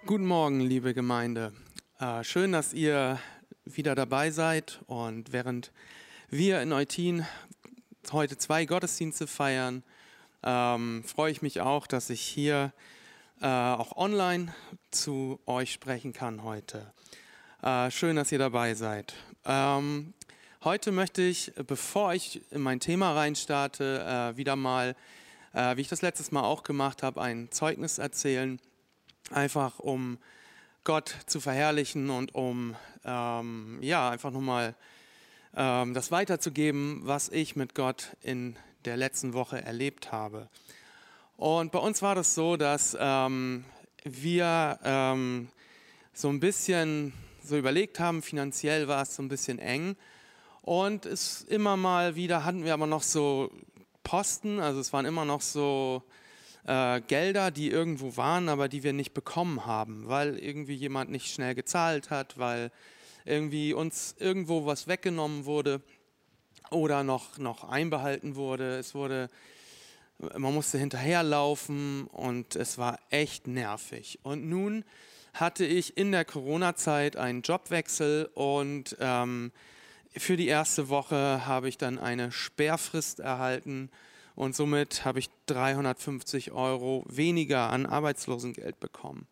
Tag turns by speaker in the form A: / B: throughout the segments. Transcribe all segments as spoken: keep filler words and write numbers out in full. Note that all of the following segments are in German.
A: Guten Morgen, liebe Gemeinde. Äh, schön, dass ihr wieder dabei seid und während wir in Eutin heute zwei Gottesdienste feiern, ähm, freue ich mich auch, dass ich hier äh, auch online zu euch sprechen kann heute. Äh, schön, dass ihr dabei seid. Ähm, heute möchte ich, bevor ich in mein Thema reinstarte, äh, wieder mal, äh, wie ich das letztes Mal auch gemacht habe, ein Zeugnis erzählen. Einfach um Gott zu verherrlichen und um ähm, ja einfach nochmal ähm, das weiterzugeben, was ich mit Gott in der letzten Woche erlebt habe. Und bei uns war das so, dass ähm, wir ähm, so ein bisschen so überlegt haben, finanziell war es so ein bisschen eng. Und es immer mal wieder hatten wir aber noch so Posten, also es waren immer noch so Äh, Gelder, die irgendwo waren, aber die wir nicht bekommen haben, weil irgendwie jemand nicht schnell gezahlt hat, weil irgendwie uns irgendwo was weggenommen wurde oder noch, noch einbehalten wurde. Es wurde, man musste hinterherlaufen und es war echt nervig. Und nun hatte ich in der Corona-Zeit einen Jobwechsel und ähm, für die erste Woche habe ich dann eine Sperrfrist erhalten. Und somit habe ich dreihundertfünfzig Euro weniger an Arbeitslosengeld bekommen.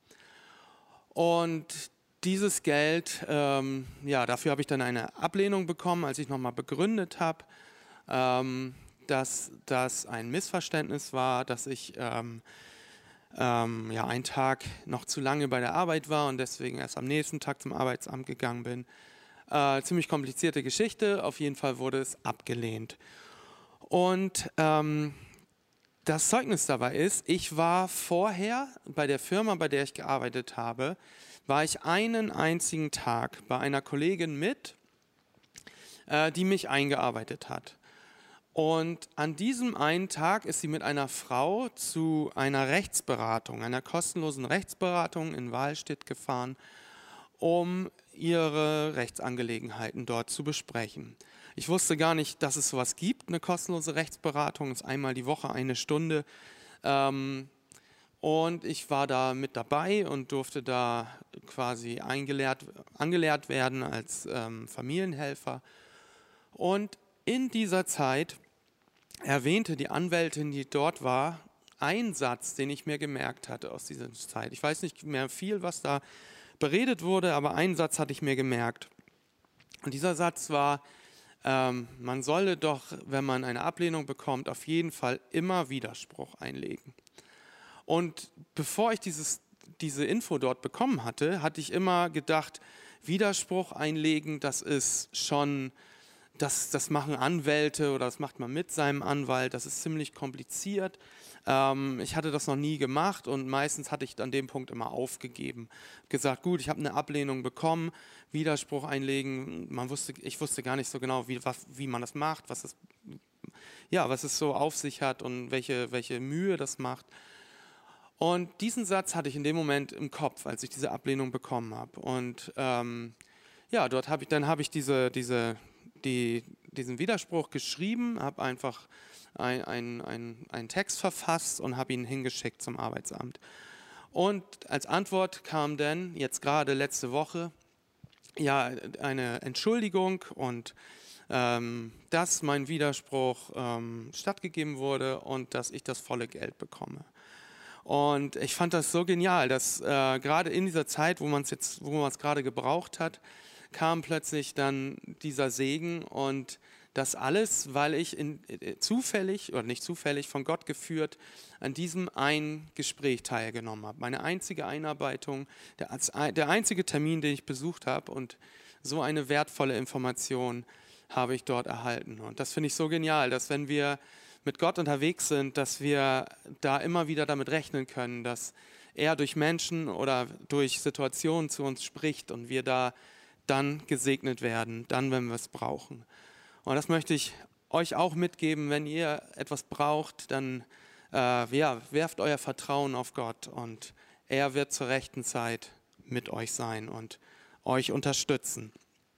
A: Und dieses Geld, ähm, ja, dafür habe ich dann eine Ablehnung bekommen, als ich nochmal begründet habe, ähm, dass das ein Missverständnis war, dass ich ähm, ähm, ja, einen Tag noch zu lange bei der Arbeit war und deswegen erst am nächsten Tag zum Arbeitsamt gegangen bin. Äh, ziemlich komplizierte Geschichte, auf jeden Fall wurde es abgelehnt. Und ähm, das Zeugnis dabei ist, ich war vorher bei der Firma, bei der ich gearbeitet habe, war ich einen einzigen Tag bei einer Kollegin mit, äh, die mich eingearbeitet hat. Und an diesem einen Tag ist sie mit einer Frau zu einer Rechtsberatung, einer kostenlosen Rechtsberatung in Wahlstedt gefahren, um ihre Rechtsangelegenheiten dort zu besprechen. Ich wusste gar nicht, dass es sowas gibt, eine kostenlose Rechtsberatung, das ist einmal die Woche eine Stunde. Ähm, und ich war da mit dabei und durfte da quasi eingelehrt, angelehrt werden als ähm, Familienhelfer. Und in dieser Zeit erwähnte die Anwältin, die dort war, einen Satz, den ich mir gemerkt hatte aus dieser Zeit. Ich weiß nicht mehr viel, was da beredet wurde, aber einen Satz hatte ich mir gemerkt. Und dieser Satz war, ähm, man solle doch, wenn man eine Ablehnung bekommt, auf jeden Fall immer Widerspruch einlegen. Und bevor ich dieses, diese Info dort bekommen hatte, hatte ich immer gedacht, Widerspruch einlegen, das ist schon, das, das machen Anwälte oder das macht man mit seinem Anwalt, das ist ziemlich kompliziert. Ähm, ich hatte das noch nie gemacht und meistens hatte ich an dem Punkt immer aufgegeben. Gesagt, gut, ich habe eine Ablehnung bekommen, Widerspruch einlegen. Man wusste, ich wusste gar nicht so genau, wie, was, wie man das macht, was es, ja, was es so auf sich hat und welche, welche Mühe das macht. Und diesen Satz hatte ich in dem Moment im Kopf, als ich diese Ablehnung bekommen habe. Und ähm, ja, dort habe ich, dann habe ich diese, diese, die, diesen Widerspruch geschrieben, habe einfach ein, ein, ein, einen Text verfasst und habe ihn hingeschickt zum Arbeitsamt. Und als Antwort kam dann, jetzt gerade letzte Woche, ja, eine Entschuldigung und ähm, dass mein Widerspruch ähm, stattgegeben wurde und dass ich das volle Geld bekomme. Und ich fand das so genial, dass äh, gerade in dieser Zeit, wo man es jetzt, wo man es gerade gebraucht hat, kam plötzlich dann dieser Segen und das alles, weil ich in, äh, zufällig oder nicht zufällig von Gott geführt an diesem einen Gespräch teilgenommen habe. Meine einzige Einarbeitung, der, der einzige Termin, den ich besucht habe und so eine wertvolle Information habe ich dort erhalten. Und das finde ich so genial, dass wenn wir mit Gott unterwegs sind, dass wir da immer wieder damit rechnen können, dass er durch Menschen oder durch Situationen zu uns spricht und wir da dann gesegnet werden, dann, wenn wir es brauchen. Und das möchte ich euch auch mitgeben, wenn ihr etwas braucht, dann äh, ja, werft euer Vertrauen auf Gott und er wird zur rechten Zeit mit euch sein und euch unterstützen.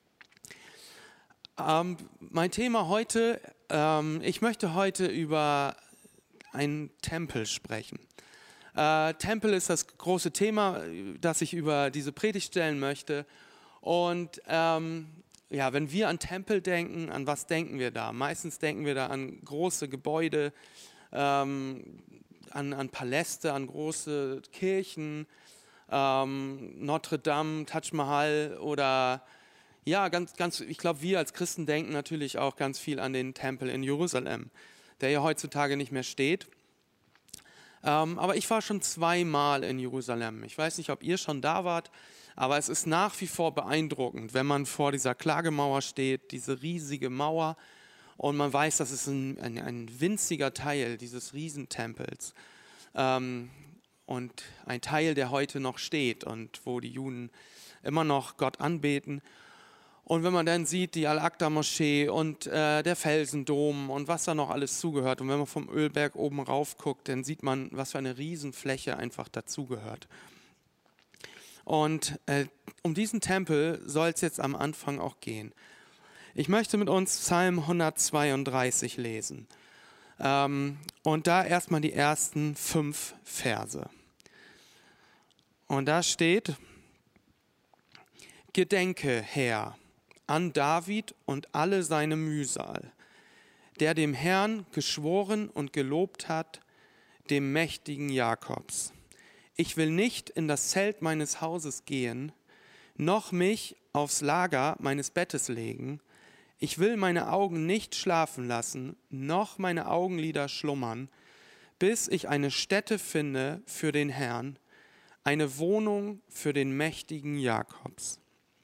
A: Ähm, mein Thema heute, ähm, ich möchte heute über einen Tempel sprechen. Äh, Tempel ist das große Thema, das ich über diese Predigt stellen möchte. Und ähm, ja, wenn wir an Tempel denken, an was denken wir da? Meistens denken wir da an große Gebäude, ähm, an, an Paläste, an große Kirchen, ähm, Notre Dame, Taj Mahal oder ja, ganz, ganz, ich glaube, wir als Christen denken natürlich auch ganz viel an den Tempel in Jerusalem, der ja heutzutage nicht mehr steht. Ähm, aber ich war schon zweimal in Jerusalem. Ich weiß nicht, ob ihr schon da wart, aber es ist nach wie vor beeindruckend, wenn man vor dieser Klagemauer steht, diese riesige Mauer, und man weiß, das ist ein, ein, ein winziger Teil dieses Riesentempels. Ähm, und ein Teil, der heute noch steht und wo die Juden immer noch Gott anbeten. Und wenn man dann sieht, die Al-Aqsa-Moschee und äh, der Felsendom und was da noch alles zugehört, und wenn man vom Ölberg oben rauf guckt, dann sieht man, was für eine Riesenfläche einfach dazugehört. Und äh, um diesen Tempel soll es jetzt am Anfang auch gehen. Ich möchte mit uns Psalm hundertzweiunddreißig lesen. Ähm, und da erstmal die ersten fünf Verse. Und da steht: Gedenke, Herr, an David und alle seine Mühsal, der dem Herrn geschworen und gelobt hat, dem mächtigen Jakobs. Ich will nicht in das Zelt meines Hauses gehen, noch mich aufs Lager meines Bettes legen. Ich will meine Augen nicht schlafen lassen, noch meine Augenlider schlummern, bis ich eine Stätte finde für den Herrn, eine Wohnung für den mächtigen Jakobs.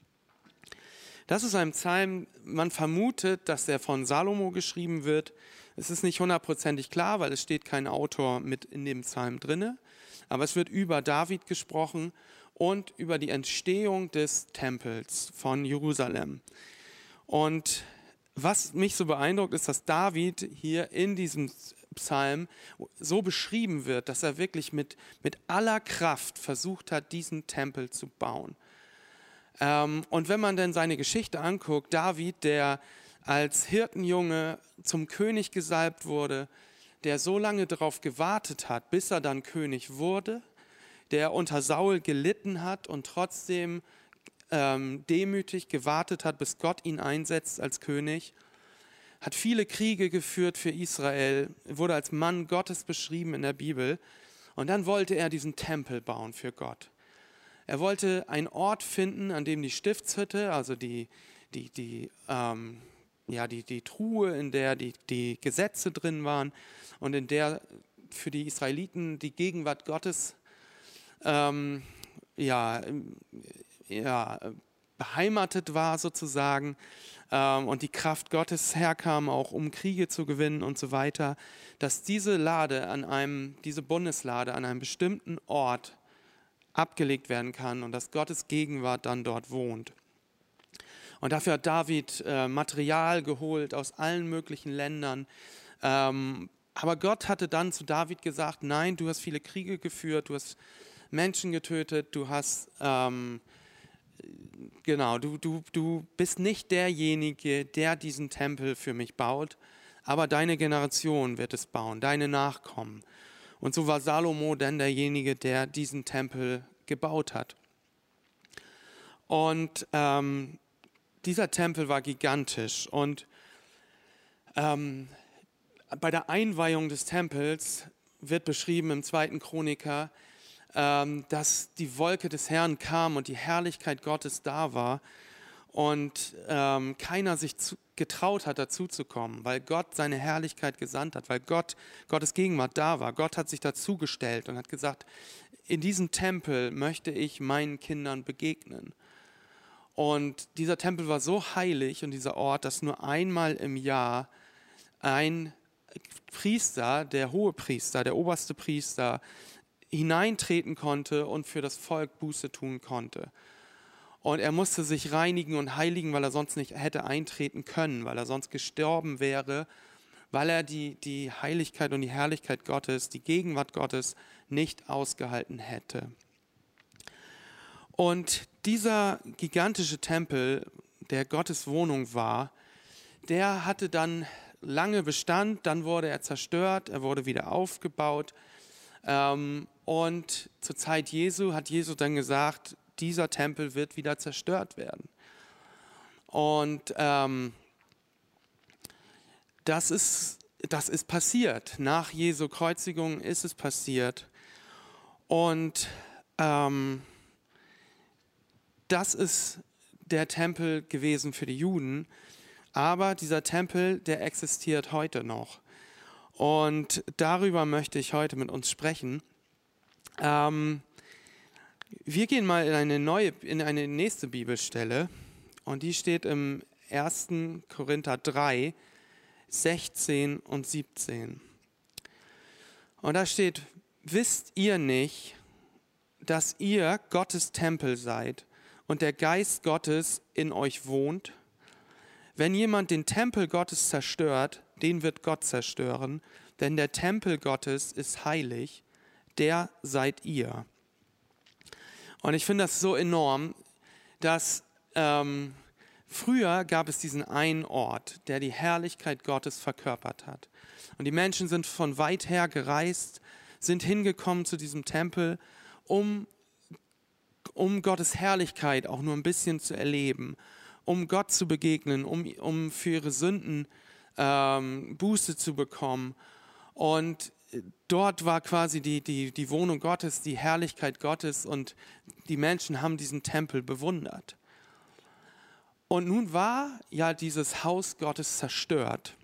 A: Das ist ein Psalm, man vermutet, dass er von Salomo geschrieben wird. Es ist nicht hundertprozentig klar, weil es steht kein Autor mit in dem Psalm drinne. Aber es wird über David gesprochen und über die Entstehung des Tempels von Jerusalem. Und was mich so beeindruckt, ist, dass David hier in diesem Psalm so beschrieben wird, dass er wirklich mit, mit aller Kraft versucht hat, diesen Tempel zu bauen. Ähm, und wenn man dann seine Geschichte anguckt, David, der als Hirtenjunge zum König gesalbt wurde, der so lange darauf gewartet hat, bis er dann König wurde, der unter Saul gelitten hat und trotzdem ähm, demütig gewartet hat, bis Gott ihn einsetzt als König, hat viele Kriege geführt für Israel, wurde als Mann Gottes beschrieben in der Bibel, und dann wollte er diesen Tempel bauen für Gott. Er wollte einen Ort finden, an dem die Stiftshütte, also die, die, die, ähm, ja, die, die Truhe, in der die, die Gesetze drin waren und in der für die Israeliten die Gegenwart Gottes ähm, ja, ja, beheimatet war sozusagen, ähm, und die Kraft Gottes herkam, auch um Kriege zu gewinnen und so weiter, dass diese Lade an einem, diese Bundeslade an einem bestimmten Ort abgelegt werden kann und dass Gottes Gegenwart dann dort wohnt. Und dafür hat David äh, Material geholt aus allen möglichen Ländern. Ähm, aber Gott hatte dann zu David gesagt, nein, du hast viele Kriege geführt, du hast Menschen getötet, du hast, ähm, genau, du, du, du bist nicht derjenige, der diesen Tempel für mich baut, aber deine Generation wird es bauen, deine Nachkommen. Und so war Salomo dann derjenige, der diesen Tempel gebaut hat. Und ähm, dieser Tempel war gigantisch. Und ähm, bei der Einweihung des Tempels wird beschrieben im zweiten Chroniker, ähm, dass die Wolke des Herrn kam und die Herrlichkeit Gottes da war. Und ähm, keiner sich zu, getraut hat, dazuzukommen, weil Gott seine Herrlichkeit gesandt hat, weil Gott, Gottes Gegenwart da war. Gott hat sich dazugestellt und hat gesagt, in diesem Tempel möchte ich meinen Kindern begegnen. Und dieser Tempel war so heilig und dieser Ort, dass nur einmal im Jahr ein Priester, der Hohepriester, der oberste Priester, hineintreten konnte und für das Volk Buße tun konnte. Und er musste sich reinigen und heiligen, weil er sonst nicht hätte eintreten können, weil er sonst gestorben wäre, weil er die, die Heiligkeit und die Herrlichkeit Gottes, die Gegenwart Gottes nicht ausgehalten hätte. Und dieser gigantische Tempel, der Gottes Wohnung war, der hatte dann lange Bestand, dann wurde er zerstört, er wurde wieder aufgebaut. Ähm, Und zur Zeit Jesu hat Jesus dann gesagt, dieser Tempel wird wieder zerstört werden. Und ähm, das ist, das ist passiert. Nach Jesu Kreuzigung ist es passiert. Und ähm, das ist der Tempel gewesen für die Juden. Aber dieser Tempel, der existiert heute noch. Und darüber möchte ich heute mit uns sprechen. Ähm, wir gehen mal in eine neue, in eine nächste Bibelstelle. Und die steht im ersten Korinther drei, sechzehn und siebzehn. Und da steht, wisst ihr nicht, dass ihr Gottes Tempel seid und der Geist Gottes in euch wohnt? Wenn jemand den Tempel Gottes zerstört, den wird Gott zerstören, denn der Tempel Gottes ist heilig, der seid ihr. Und ich finde das so enorm, dass ähm, früher gab es diesen einen Ort, der die Herrlichkeit Gottes verkörpert hat. Und die Menschen sind von weit her gereist, sind hingekommen zu diesem Tempel, um, um Gottes Herrlichkeit auch nur ein bisschen zu erleben, um Gott zu begegnen, um, um für ihre Sünden ähm, Buße zu bekommen. Und dort war quasi die, die, die Wohnung Gottes, die Herrlichkeit Gottes, und die Menschen haben diesen Tempel bewundert. Und nun war ja dieses Haus Gottes zerstört.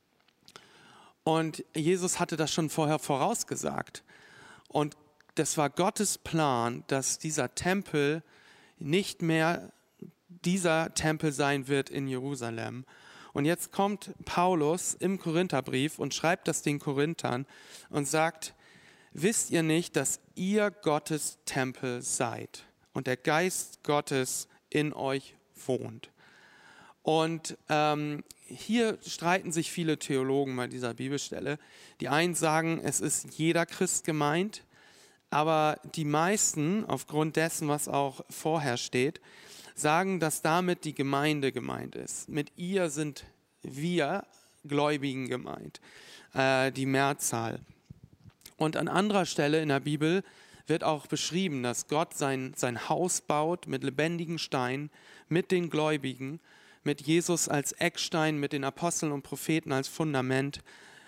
A: Und Jesus hatte das schon vorher vorausgesagt. Und das war Gottes Plan, dass dieser Tempel nicht mehr dieser Tempel sein wird in Jerusalem. Und jetzt kommt Paulus im Korintherbrief und schreibt das den Korinthern und sagt, wisst ihr nicht, dass ihr Gottes Tempel seid und der Geist Gottes in euch wohnt? Und ähm, hier streiten sich viele Theologen bei dieser Bibelstelle. Die einen sagen, es ist jeder Christ gemeint, aber die meisten, aufgrund dessen, was auch vorher steht, sagen, dass damit die Gemeinde gemeint ist. Mit ihr sind wir Gläubigen gemeint, äh, die Mehrzahl. Und an anderer Stelle in der Bibel wird auch beschrieben, dass Gott sein, sein Haus baut mit lebendigen Steinen, mit den Gläubigen, mit Jesus als Eckstein, mit den Aposteln und Propheten als Fundament.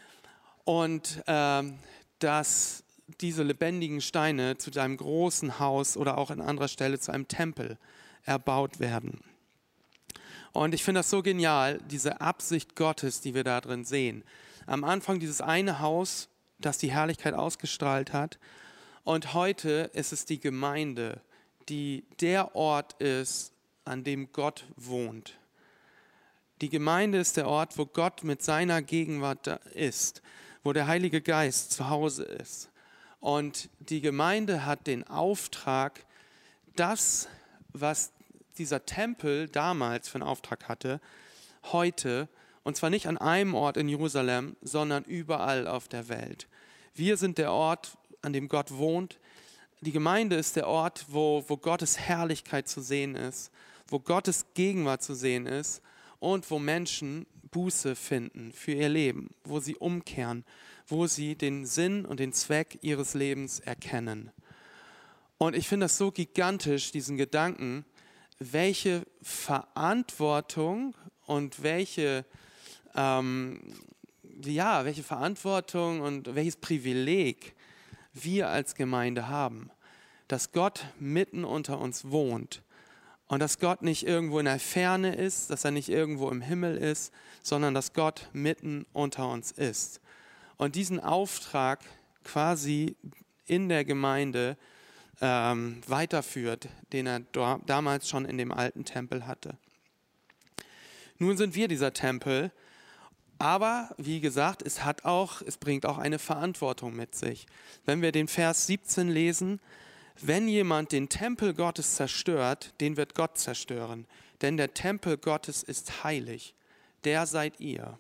A: Und äh, dass diese lebendigen Steine zu einem großen Haus oder auch an anderer Stelle zu einem Tempel erbaut werden. Und ich finde das so genial, diese Absicht Gottes, die wir da drin sehen. Am Anfang dieses eine Haus, das die Herrlichkeit ausgestrahlt hat. Und heute ist es die Gemeinde, die der Ort ist, an dem Gott wohnt. Die Gemeinde ist der Ort, wo Gott mit seiner Gegenwart da ist, wo der Heilige Geist zu Hause ist. Und die Gemeinde hat den Auftrag, das, was dieser Tempel damals für einen Auftrag hatte, heute, und zwar nicht an einem Ort in Jerusalem, sondern überall auf der Welt. Wir sind der Ort, an dem Gott wohnt. Die Gemeinde ist der Ort, wo, wo Gottes Herrlichkeit zu sehen ist, wo Gottes Gegenwart zu sehen ist und wo Menschen Buße finden für ihr Leben, wo sie umkehren, wo sie den Sinn und den Zweck ihres Lebens erkennen. Und ich finde das so gigantisch, diesen Gedanken, welche Verantwortung und welche, ähm, ja, welche Verantwortung und welches Privileg wir als Gemeinde haben, dass Gott mitten unter uns wohnt. Und dass Gott nicht irgendwo in der Ferne ist, dass er nicht irgendwo im Himmel ist, sondern dass Gott mitten unter uns ist. Und diesen Auftrag quasi in der Gemeinde ähm, weiterführt, den er do- damals schon in dem alten Tempel hatte. Nun sind wir dieser Tempel, aber wie gesagt, es hat auch, es bringt auch eine Verantwortung mit sich. Wenn wir den Vers siebzehn lesen, wenn jemand den Tempel Gottes zerstört, den wird Gott zerstören. Denn der Tempel Gottes ist heilig. Der seid ihr.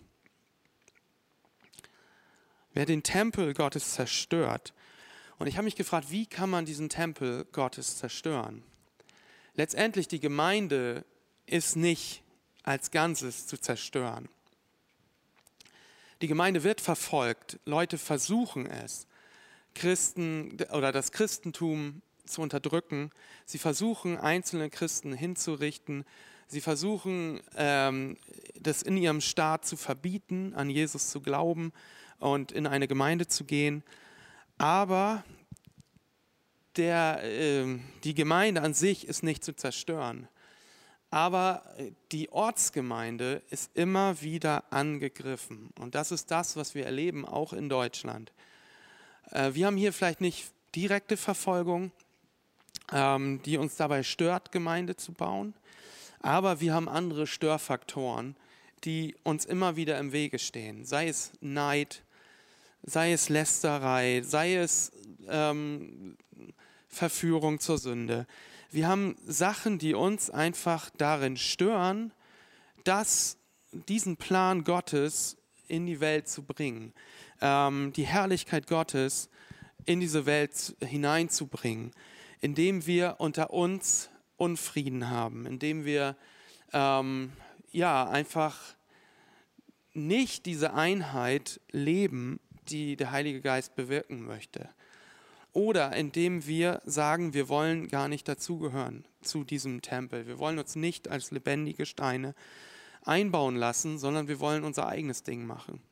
A: Wer den Tempel Gottes zerstört. Und ich habe mich gefragt, wie kann man diesen Tempel Gottes zerstören? Letztendlich, die Gemeinde ist nicht als Ganzes zu zerstören. Die Gemeinde wird verfolgt. Leute versuchen es. Christen oder das Christentum zu unterdrücken. Sie versuchen, einzelne Christen hinzurichten. Sie versuchen, ähm, das in ihrem Staat zu verbieten, an Jesus zu glauben und in eine Gemeinde zu gehen. Aber der, äh, die Gemeinde an sich ist nicht zu zerstören. Aber die Ortsgemeinde ist immer wieder angegriffen. Und das ist das, was wir erleben, auch in Deutschland. Äh, wir haben hier vielleicht nicht direkte Verfolgung, ähm, die uns dabei stört, Gemeinde zu bauen. Aber wir haben andere Störfaktoren, die uns immer wieder im Wege stehen. Sei es Neid, sei es Lästerei, sei es ähm, Verführung zur Sünde. Wir haben Sachen, die uns einfach darin stören, dass diesen Plan Gottes in die Welt zu bringen, ähm, die Herrlichkeit Gottes in diese Welt hineinzubringen, indem wir unter uns Unfrieden haben, indem wir ähm, ja einfach nicht diese Einheit leben, die der Heilige Geist bewirken möchte. Oder indem wir sagen, wir wollen gar nicht dazugehören zu diesem Tempel. Wir wollen uns nicht als lebendige Steine einbauen lassen, sondern wir wollen unser eigenes Ding machen.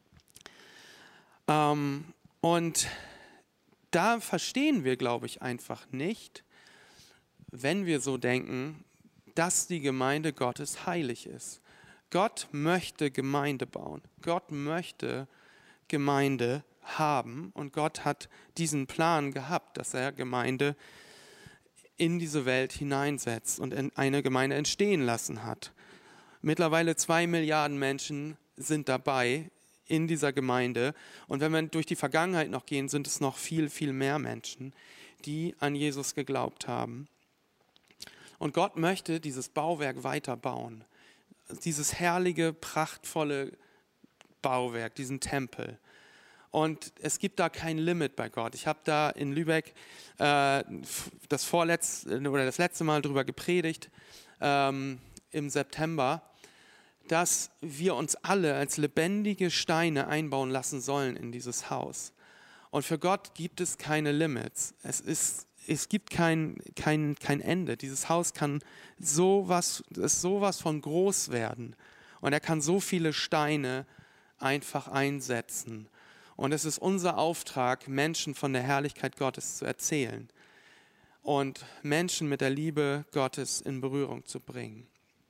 A: Ähm, und da verstehen wir, glaube ich, einfach nicht, wenn wir so denken, dass die Gemeinde Gottes heilig ist. Gott möchte Gemeinde bauen. Gott möchte Gemeinde haben und Gott hat diesen Plan gehabt, dass er Gemeinde in diese Welt hineinsetzt und eine Gemeinde entstehen lassen hat. Mittlerweile zwei Milliarden Menschen sind dabei in dieser Gemeinde und wenn wir durch die Vergangenheit noch gehen, sind es noch viel, viel mehr Menschen, die an Jesus geglaubt haben. Und Gott möchte dieses Bauwerk weiterbauen, dieses herrliche, prachtvolle Bauwerk, diesen Tempel. Und es gibt da kein Limit bei Gott. Ich habe da in Lübeck äh, das vorletzte oder das letzte Mal darüber gepredigt, ähm, im September, dass wir uns alle als lebendige Steine einbauen lassen sollen in dieses Haus. Und für Gott gibt es keine Limits. Es ist, es gibt kein, kein, kein Ende. Dieses Haus kann sowas, ist sowas von groß werden. Und er kann so viele Steine einfach einsetzen. Und es ist unser Auftrag, Menschen von der Herrlichkeit Gottes zu erzählen und Menschen mit der Liebe Gottes in Berührung zu bringen.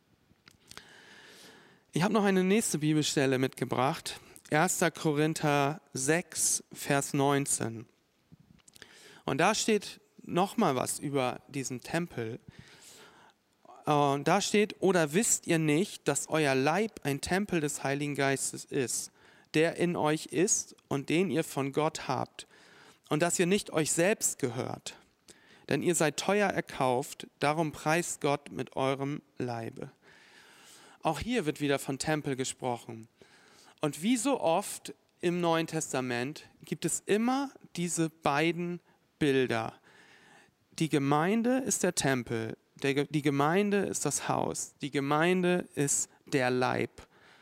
A: Ich habe noch eine nächste Bibelstelle mitgebracht, erster Korinther sechs, Vers neunzehn. Und da steht nochmal was über diesen Tempel. Und da steht, oder wisst ihr nicht, dass euer Leib ein Tempel des Heiligen Geistes ist, der in euch ist und den ihr von Gott habt, und dass ihr nicht euch selbst gehört, denn ihr seid teuer erkauft, darum preist Gott mit eurem Leibe. Auch hier wird wieder von Tempel gesprochen. Und wie so oft im Neuen Testament gibt es immer diese beiden Bilder. Die Gemeinde ist der Tempel, der, die Gemeinde ist das Haus, die Gemeinde ist der Leib.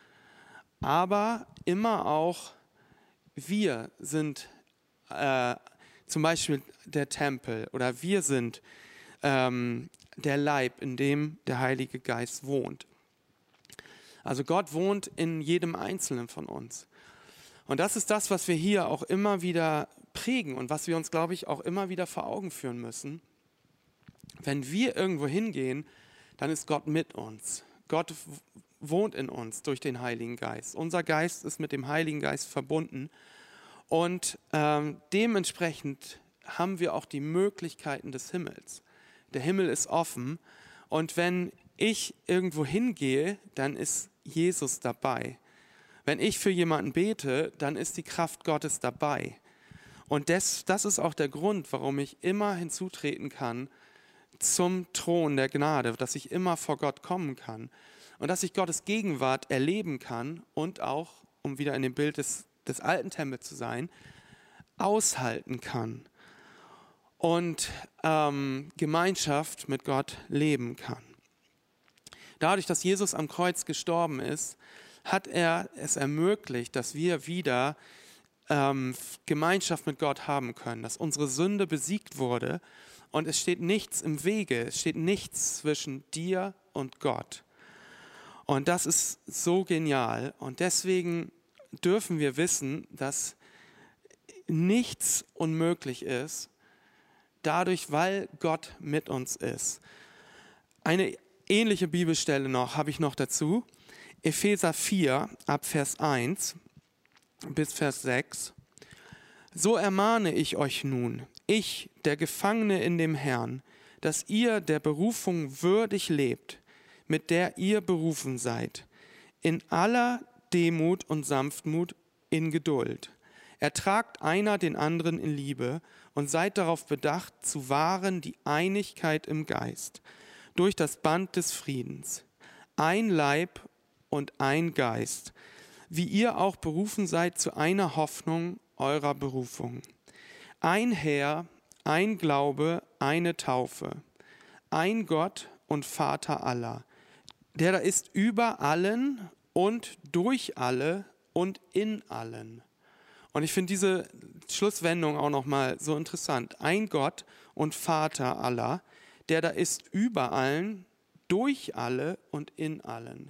A: Aber immer auch wir sind äh, zum Beispiel der Tempel oder wir sind ähm, der Leib, in dem der Heilige Geist wohnt. Also Gott wohnt in jedem Einzelnen von uns. Und das ist das, was wir hier auch immer wieder prägen und was wir uns, glaube ich, auch immer wieder vor Augen führen müssen. Wenn wir irgendwo hingehen, dann ist Gott mit uns. Gott wohnt in uns durch den Heiligen Geist. Unser Geist ist mit dem Heiligen Geist verbunden und ähm, dementsprechend haben wir auch die Möglichkeiten des Himmels. Der Himmel ist offen und wenn ich irgendwo hingehe, dann ist Jesus dabei. Wenn ich für jemanden bete, dann ist die Kraft Gottes dabei. Und das, das ist auch der Grund, warum ich immer hinzutreten kann zum Thron der Gnade, dass ich immer vor Gott kommen kann. Und dass ich Gottes Gegenwart erleben kann und auch, um wieder in dem Bild des, des alten Tempels zu sein, aushalten kann und ähm, Gemeinschaft mit Gott leben kann. Dadurch, dass Jesus am Kreuz gestorben ist, hat er es ermöglicht, dass wir wieder ähm, Gemeinschaft mit Gott haben können, dass unsere Sünde besiegt wurde und es steht nichts im Wege, es steht nichts zwischen dir und Gott. Und das ist so genial und deswegen dürfen wir wissen, dass nichts unmöglich ist, dadurch, weil Gott mit uns ist. Eine ähnliche Bibelstelle noch habe ich noch dazu. Epheser vier, ab Vers eins bis Vers sechs. So ermahne ich euch nun, ich, der Gefangene in dem Herrn, dass ihr der Berufung würdig lebt, mit der ihr berufen seid, in aller Demut und Sanftmut, in Geduld. Ertragt einer den anderen in Liebe und seid darauf bedacht, zu wahren die Einigkeit im Geist, durch das Band des Friedens. Ein Leib und ein Geist, wie ihr auch berufen seid zu einer Hoffnung eurer Berufung. Ein Herr, ein Glaube, eine Taufe, ein Gott und Vater aller, der da ist über allen und durch alle und in allen. Und ich finde diese Schlusswendung auch nochmal so interessant. Ein Gott und Vater aller, der da ist über allen, durch alle und in allen.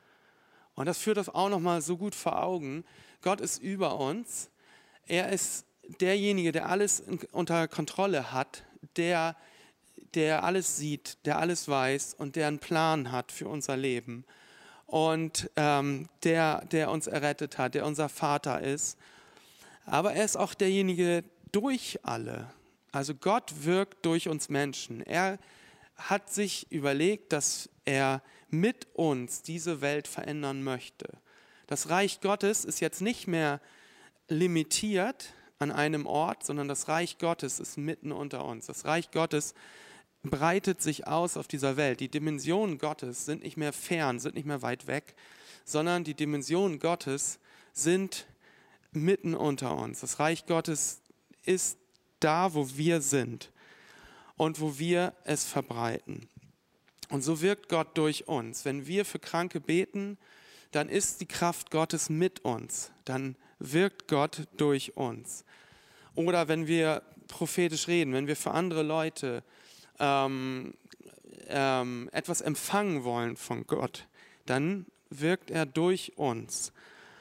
A: Und das führt das auch nochmal so gut vor Augen. Gott ist über uns. Er ist derjenige, der alles unter Kontrolle hat, der der alles sieht, der alles weiß und der einen Plan hat für unser Leben und ähm, der, der uns errettet hat, der unser Vater ist. Aber er ist auch derjenige durch alle. Also Gott wirkt durch uns Menschen. Er hat sich überlegt, dass er mit uns diese Welt verändern möchte. Das Reich Gottes ist jetzt nicht mehr limitiert an einem Ort, sondern das Reich Gottes ist mitten unter uns. Das Reich Gottes breitet sich aus auf dieser Welt. Die Dimensionen Gottes sind nicht mehr fern, sind nicht mehr weit weg, sondern die Dimensionen Gottes sind mitten unter uns. Das Reich Gottes ist da, wo wir sind und wo wir es verbreiten. Und so wirkt Gott durch uns. Wenn wir für Kranke beten, dann ist die Kraft Gottes mit uns. Dann wirkt Gott durch uns. Oder wenn wir prophetisch reden, wenn wir für andere Leute ähm, ähm, etwas empfangen wollen von Gott, dann wirkt er durch uns.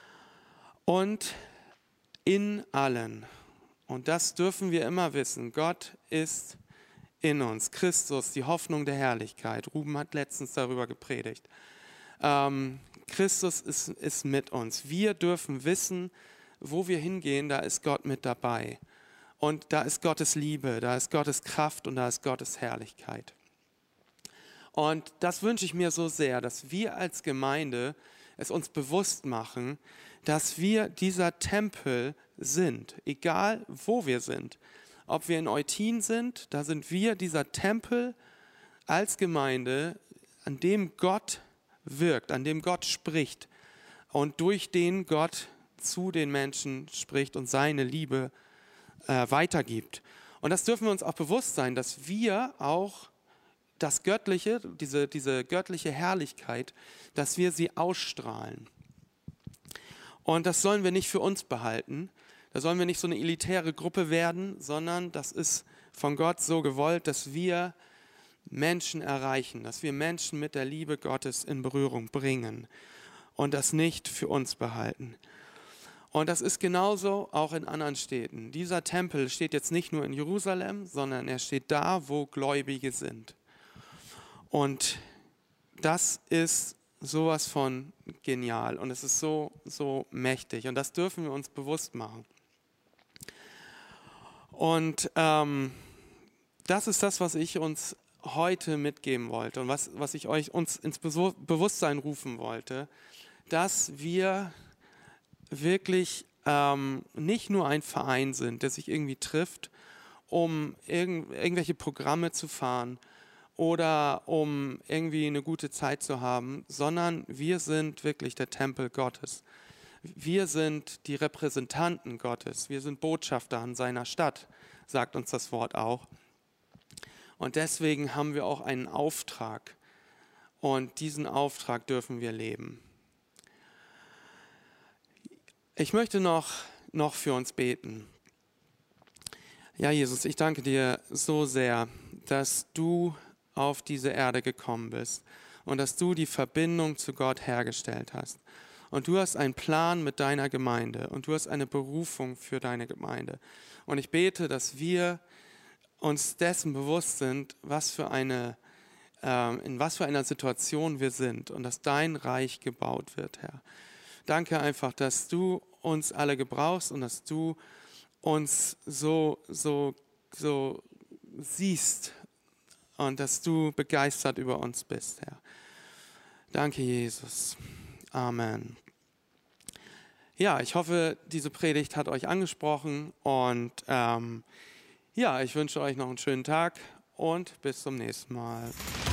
A: Und in allen. Und das dürfen wir immer wissen. Gott ist in uns. Christus, die Hoffnung der Herrlichkeit. Ruben hat letztens darüber gepredigt. Ähm, Christus ist, ist mit uns. Wir dürfen wissen, wo wir hingehen, da ist Gott mit dabei. Und da ist Gottes Liebe, da ist Gottes Kraft und da ist Gottes Herrlichkeit. Und das wünsche ich mir so sehr, dass wir als Gemeinde es uns bewusst machen, dass wir dieser Tempel sind, egal wo wir sind. Ob wir in Eutin sind, da sind wir dieser Tempel als Gemeinde, an dem Gott wirkt, an dem Gott spricht und durch den Gott zu den Menschen spricht und seine Liebe äh, weitergibt. Und das dürfen wir uns auch bewusst sein, dass wir auch das Göttliche, diese, diese göttliche Herrlichkeit, dass wir sie ausstrahlen. Und das sollen wir nicht für uns behalten. Da sollen wir nicht so eine elitäre Gruppe werden, sondern das ist von Gott so gewollt, dass wir Menschen erreichen, dass wir Menschen mit der Liebe Gottes in Berührung bringen und das nicht für uns behalten. Und das ist genauso auch in anderen Städten. Dieser Tempel steht jetzt nicht nur in Jerusalem, sondern er steht da, wo Gläubige sind. Und das ist sowas von genial und es ist so, so mächtig und das dürfen wir uns bewusst machen. Und ähm, das ist das, was ich uns heute mitgeben wollte und was, was ich euch uns ins Bewusstsein rufen wollte, dass wir wirklich ähm, nicht nur ein Verein sind, der sich irgendwie trifft, um irgend, irgendwelche Programme zu fahren oder um irgendwie eine gute Zeit zu haben, sondern wir sind wirklich der Tempel Gottes. Wir sind die Repräsentanten Gottes. Wir sind Botschafter an seiner Stadt, sagt uns das Wort auch. Und deswegen haben wir auch einen Auftrag. Und diesen Auftrag dürfen wir leben. Ich möchte noch noch für uns beten. Ja, Jesus, ich danke dir so sehr, dass du auf diese Erde gekommen bist und dass du die Verbindung zu Gott hergestellt hast. Und du hast einen Plan mit deiner Gemeinde und du hast eine Berufung für deine Gemeinde. Und ich bete, dass wir uns dessen bewusst sind, was für eine, äh, in was für einer Situation wir sind und dass dein Reich gebaut wird, Herr. Danke einfach, dass du uns alle gebrauchst und dass du uns so, so, so siehst und dass du begeistert über uns bist, Herr. Danke, Jesus. Amen. Ja, ich hoffe, diese Predigt hat euch angesprochen und ähm, ja, ich wünsche euch noch einen schönen Tag und bis zum nächsten Mal.